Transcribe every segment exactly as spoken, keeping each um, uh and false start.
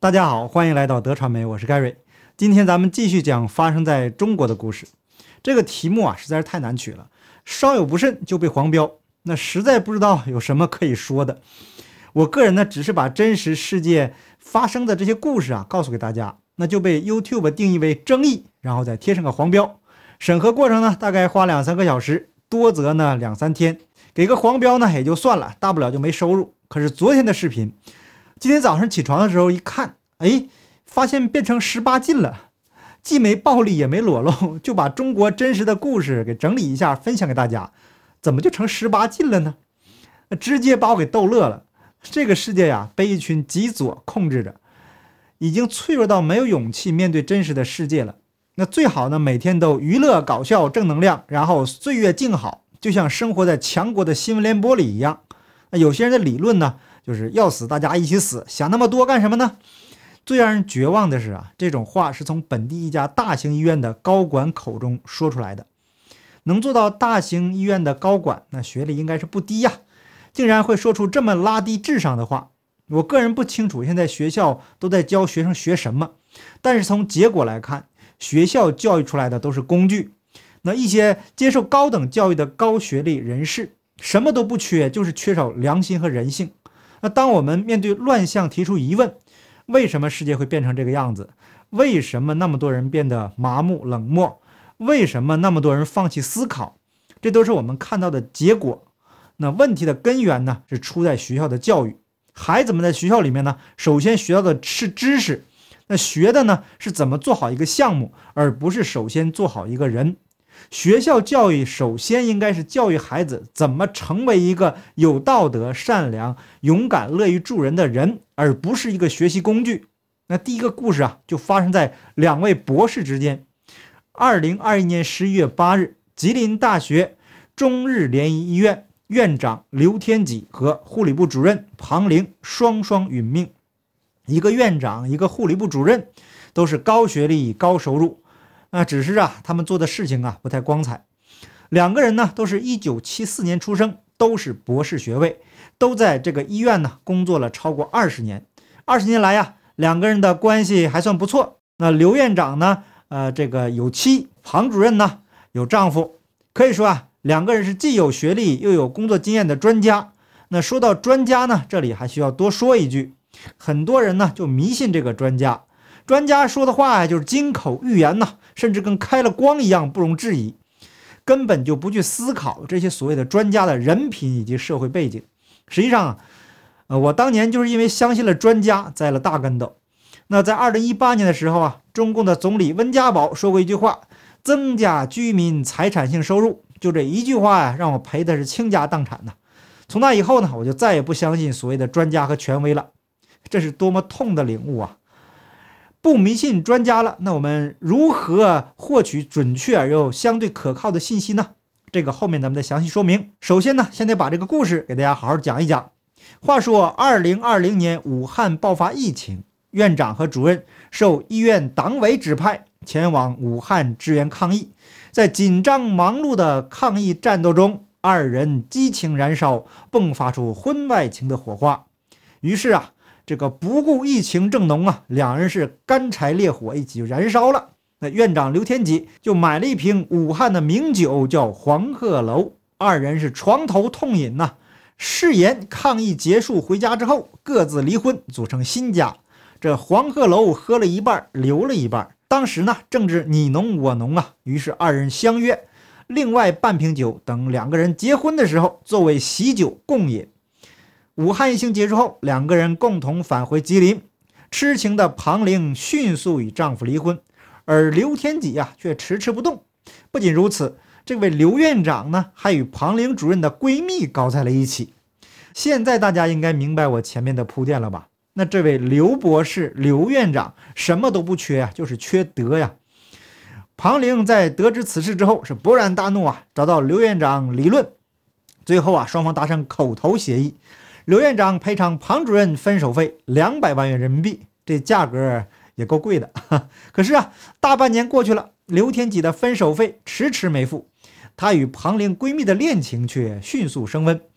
大家好，欢迎来到德传媒，我是盖瑞。今天咱们继续讲发生在中国的故事。这个题目啊实在是太难取了，稍有不慎就被黄标，那实在不知道有什么可以说的。我个人呢只是把真实世界发生的这些故事啊告诉给大家，那就被 YouTube 定义为争议，然后再贴上个黄标。审核过程呢大概花两三个小时，多则呢两三天。给个黄标呢也就算了，大不了就没收入。可是昨天的视频，今天早上起床的时候一看，哎，发现变成十八禁了，既没暴力也没裸露，就把中国真实的故事给整理一下分享给大家。怎么就成十八禁了呢？直接把我给逗乐了。这个世界呀被一群极左控制着，已经脆弱到没有勇气面对真实的世界了。那最好呢每天都娱乐搞笑正能量，然后岁月静好，就像生活在强国的新闻联播里一样。那有些人的理论呢就是要死大家一起死，想那么多干什么呢？最让人绝望的是啊，这种话是从本地一家大型医院的高管口中说出来的。能做到大型医院的高管，那学历应该是不低呀，竟然会说出这么拉低智商的话。我个人不清楚现在学校都在教学生学什么，但是从结果来看，学校教育出来的都是工具。那一些接受高等教育的高学历人士什么都不缺，就是缺少良心和人性。那当我们面对乱象提出疑问，为什么世界会变成这个样子？为什么那么多人变得麻木冷漠？为什么那么多人放弃思考？这都是我们看到的结果。那问题的根源呢，是出在学校的教育。孩子们在学校里面呢，首先学到的是知识，那学的呢是怎么做好一个项目，而不是首先做好一个人。学校教育首先应该是教育孩子怎么成为一个有道德、善良、勇敢、乐于助人的人，而不是一个学习工具。那第一个故事啊，就发生在两位博士之间。二零二一年十一月八日，吉林大学中日联谊医院院长刘天己和护理部主任庞玲双双殒命。一个院长，一个护理部主任，都是高学历、高收入。那只是啊，他们做的事情啊不太光彩。两个人呢都是一九七四年出生，都是博士学位，都在这个医院呢工作了超过二十年。二十年来呀，两个人的关系还算不错。那刘院长呢，呃，这个有妻，庞主任呢有丈夫，可以说啊，两个人是既有学历又有工作经验的专家。那说到专家呢，这里还需要多说一句，很多人呢就迷信这个专家。专家说的话呀，就是金口玉言呐，甚至跟开了光一样，不容置疑，根本就不去思考这些所谓的专家的人品以及社会背景。实际上啊，呃，我当年就是因为相信了专家，栽了大跟斗。那在二零一八年的时候啊，中共的总理温家宝说过一句话：增加居民财产性收入。就这一句话呀，让我赔的是倾家荡产呐。从那以后呢，我就再也不相信所谓的专家和权威了。这是多么痛的领悟啊！不迷信专家了，那我们如何获取准确而又相对可靠的信息呢？这个后面咱们再详细说明。首先呢，先得把这个故事给大家好好讲一讲。话说二零二零年武汉爆发疫情，院长和主任受医院党委指派前往武汉支援抗疫。在紧张忙碌的抗疫战斗中，二人激情燃烧，迸发出婚外情的火花。于是啊，这个不顾疫情正浓啊，两人是干柴烈火一起燃烧了。那院长刘天己就买了一瓶武汉的名酒，叫黄鹤楼。二人是床头痛饮呐、啊，誓言抗疫结束回家之后各自离婚，组成新家。这黄鹤楼喝了一半，留了一半。当时呢正值你侬我侬啊，于是二人相约，另外半瓶酒等两个人结婚的时候作为喜酒共饮。武汉疫情结束后，两个人共同返回吉林。痴情的庞玲迅速与丈夫离婚，而刘天己啊却迟迟不动。不仅如此，这位刘院长呢还与庞玲主任的闺蜜搞在了一起。现在大家应该明白我前面的铺垫了吧？那这位刘博士、刘院长什么都不缺啊，就是缺德呀。庞玲在得知此事之后是勃然大怒啊，找到刘院长理论。最后啊，双方达成口头协议。刘院长赔偿庞主任分手费两百万元人民币，这价格也够贵的。可是啊，大半年过去了，刘天己的分手费迟迟没付，她与庞玲闺蜜的恋情却迅速升温。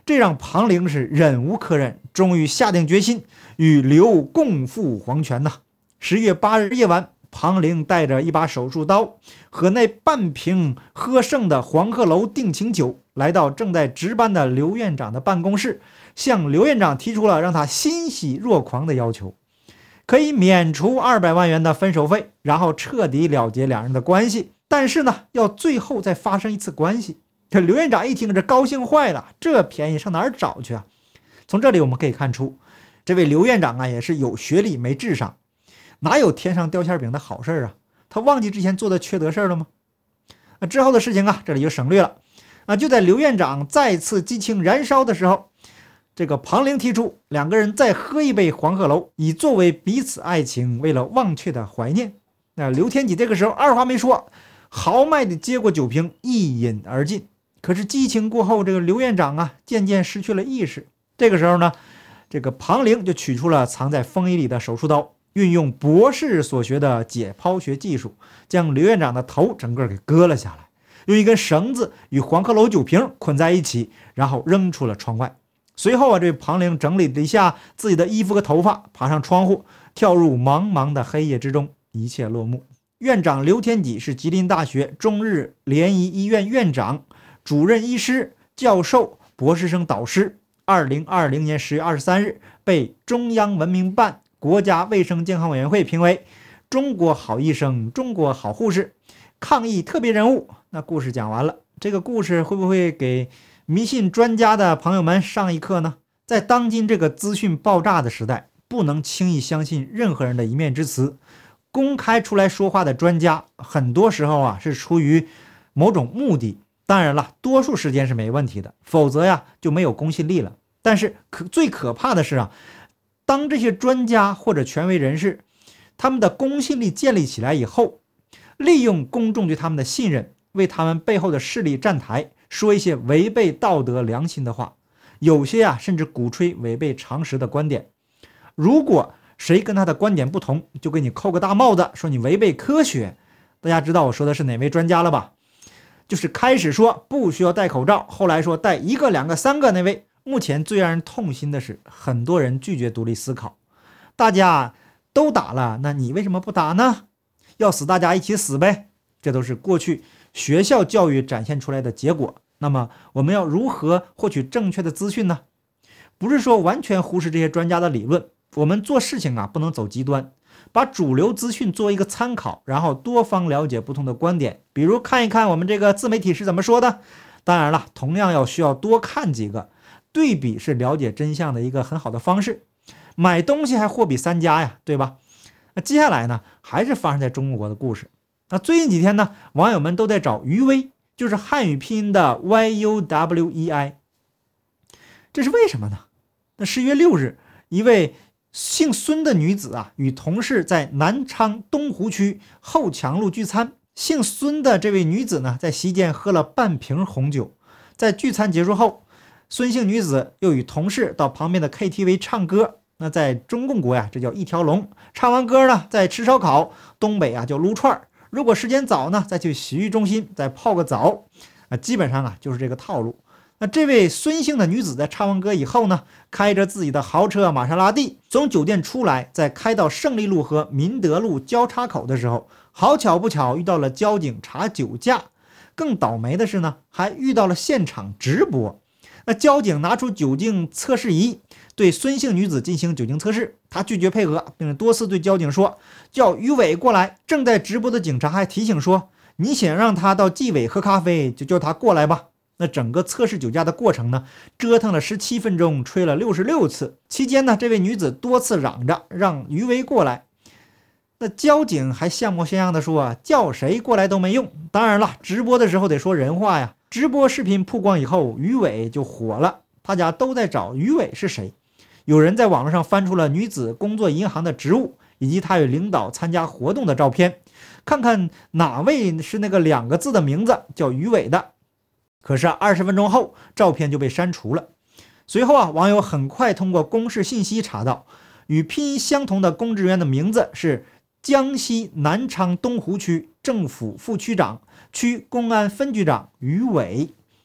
这让庞玲是忍无可忍，终于下定决心与刘共赴黄泉呐。十月八日夜晚，庞玲带着一把手术刀和那半瓶喝剩的黄鹤楼定情酒，来到正在值班的刘院长的办公室，向刘院长提出了让他欣喜若狂的要求，可以免除二百万元的分手费，然后彻底了结两人的关系。但是呢，要最后再发生一次关系。这刘院长一听，这高兴坏了，这便宜上哪儿找去啊？从这里我们可以看出，这位刘院长啊，也是有学历没智商，哪有天上掉馅饼的好事啊？他忘记之前做的缺德事了吗？那之后的事情啊，这里就省略了。啊，就在刘院长再次激情燃烧的时候，这个庞玲提出两个人再喝一杯黄鹤楼，以作为彼此爱情为了忘却的怀念。那刘天己这个时候二话没说，豪迈地接过酒瓶，一饮而尽。可是激情过后，这个刘院长啊渐渐失去了意识。这个时候呢，这个庞玲就取出了藏在风衣里的手术刀，运用博士所学的解剖学技术，将刘院长的头整个给割了下来，用一根绳子与黄鹤楼酒瓶捆在一起，然后扔出了窗外。随后啊，这庞玲整理了一下自己的衣服和头发，爬上窗户，跳入茫茫的黑夜之中，一切落幕。院长刘天己是吉林大学中日联谊医院院长、主任医师、教授、博士生导师。二零二零年十月二十三日，被中央文明办、国家卫生健康委员会评为中国好医生、中国好护士、抗疫特别人物。那故事讲完了，这个故事会不会给迷信专家的朋友们上一课呢？在当今这个资讯爆炸的时代，不能轻易相信任何人的一面之词。公开出来说话的专家，很多时候啊是出于某种目的。当然了，多数时间是没问题的，否则呀就没有公信力了。但是可最可怕的是啊，当这些专家或者权威人士，他们的公信力建立起来以后，利用公众对他们的信任，为他们背后的势力站台，说一些违背道德良心的话，有些啊甚至鼓吹违背常识的观点。如果谁跟他的观点不同，就给你扣个大帽子，说你违背科学。大家知道我说的是哪位专家了吧？就是开始说不需要戴口罩，后来说戴一个、两个、三个那位。目前最让人痛心的是，很多人拒绝独立思考。大家都打了，那你为什么不打呢？要死大家一起死呗。这都是过去学校教育展现出来的结果。那么我们要如何获取正确的资讯呢？不是说完全忽视这些专家的理论，我们做事情啊不能走极端，把主流资讯作为一个参考，然后多方了解不同的观点，比如看一看我们这个自媒体是怎么说的。当然了，同样要需要多看几个，对比是了解真相的一个很好的方式。买东西还货比三家呀，对吧？那接下来呢，还是发生在中国的故事。那最近几天呢，网友们都在找余威，就是汉语拼音的 Y U W E I， 这是为什么呢？那十月六日，一位姓孙的女子啊，与同事在南昌东湖区后强路聚餐。姓孙的这位女子呢，在席间喝了半瓶红酒。在聚餐结束后，孙姓女子又与同事到旁边的 K T V 唱歌。那在中共国呀，这叫一条龙。唱完歌呢，再吃烧烤；东北啊叫撸串。如果时间早呢，再去洗浴中心再泡个澡。啊，基本上啊就是这个套路。那这位孙姓的女子在唱完歌以后呢，开着自己的豪车玛莎拉蒂从酒店出来，在开到胜利路和民德路交叉口的时候，好巧不巧遇到了交警查酒驾。更倒霉的是呢，还遇到了现场直播。那交警拿出酒精测试仪，对孙姓女子进行酒精测试，她拒绝配合，并多次对交警说叫于伟过来。正在直播的警察还提醒说，你想让他到纪委喝咖啡，就叫他过来吧。那整个测试酒驾的过程呢，折腾了十七分钟，吹了六十六次。期间呢，这位女子多次嚷着让于威过来。那交警还像模像样的说啊，叫谁过来都没用。当然了，直播的时候得说人话呀。直播视频曝光以后，于伟就火了，大家都在找于伟是谁。有人在网络上翻出了女子工作银行的职务，以及她与领导参加活动的照片，看看哪位是那个两个字的名字叫于伟的。可是二十分钟后，照片就被删除了。随后啊，网友很快通过公示信息查到，与拼音相同的公职员的名字是江西南昌东湖区政府副区长、区公安分局长于伟。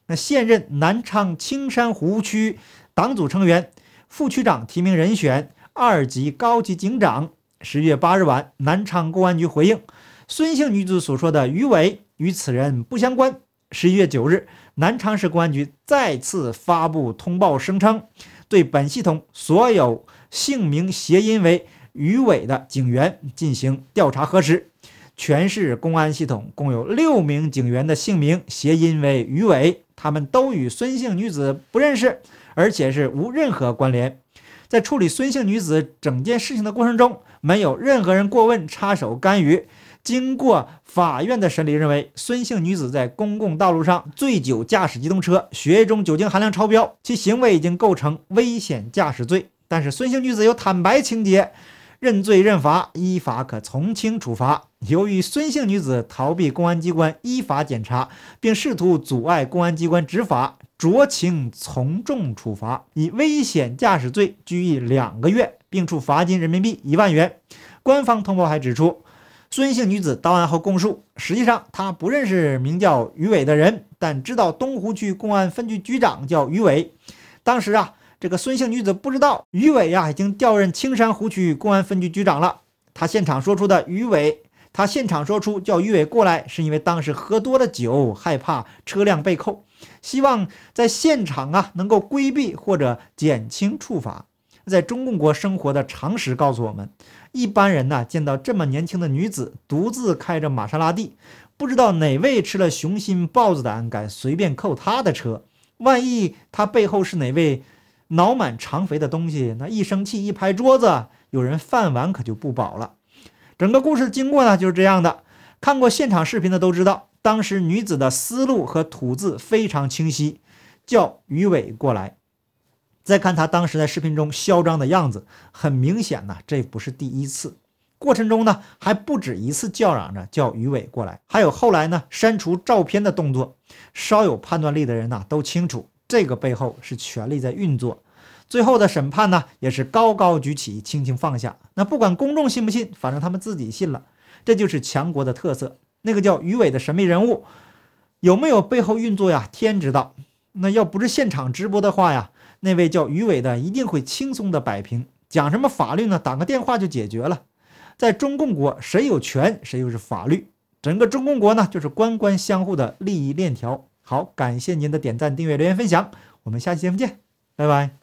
那现任南昌青山湖区党组成员、副区长提名人选、二级高级警长。十月八日晚，南昌公安局回应孙姓女子所说的于伟与此人不相关。十一月九日，南昌市公安局再次发布通报，声称对本系统所有姓名谐音为于伟的警员进行调查核实。全市公安系统共有六名警员的姓名谐音为于伟，他们都与孙姓女子不认识，而且是无任何关联。在处理孙姓女子整件事情的过程中，没有任何人过问插手干预。经过法院的审理，认为孙姓女子在公共道路上醉酒驾驶机动车，血液中酒精含量超标，其行为已经构成危险驾驶罪。但是孙姓女子有坦白情节，认罪认罚，依法可从轻处罚。由于孙姓女子逃避公安机关依法检查，并试图阻碍公安机关执法，酌情从重处罚，以危险驾驶罪拘役两个月，并处罚金人民币一万元。官方通报还指出，孙姓女子到案后供述，实际上她不认识名叫于伟的人，但知道东湖区公安分局局长叫于伟。当时啊，这个孙姓女子不知道于伟呀、啊、已经调任青山湖区公安分局局长了。他现场说出的于伟，他现场说出叫于伟过来，是因为当时喝多了酒，害怕车辆被扣，希望在现场啊能够规避或者减轻处罚。在中共国生活的常识告诉我们，一般人呢、啊、见到这么年轻的女子独自开着玛莎拉蒂，不知道哪位吃了雄心豹子胆敢随便扣她的车，万一她背后是哪位脑满肠肥的东西，那一生气一拍桌子，有人饭碗可就不保了。整个故事经过呢就是这样的，看过现场视频的都知道，当时女子的思路和吐字非常清晰，叫于伟过来。再看她当时在视频中嚣张的样子，很明显呢，这不是第一次。过程中呢，还不止一次叫嚷着叫于伟过来，还有后来呢删除照片的动作。稍有判断力的人呢都清楚，这个背后是权力在运作。最后的审判呢，也是高高举起，轻轻放下。那不管公众信不信，反正他们自己信了。这就是强国的特色。那个叫于伟的神秘人物，有没有背后运作呀？天知道。那要不是现场直播的话呀，那位叫于伟的一定会轻松的摆平。讲什么法律呢？打个电话就解决了。在中共国，谁有权谁就是法律。整个中共国呢，就是官官相护的利益链条。好，感谢您的点赞、订阅、留言、分享，我们下期节目见，拜拜。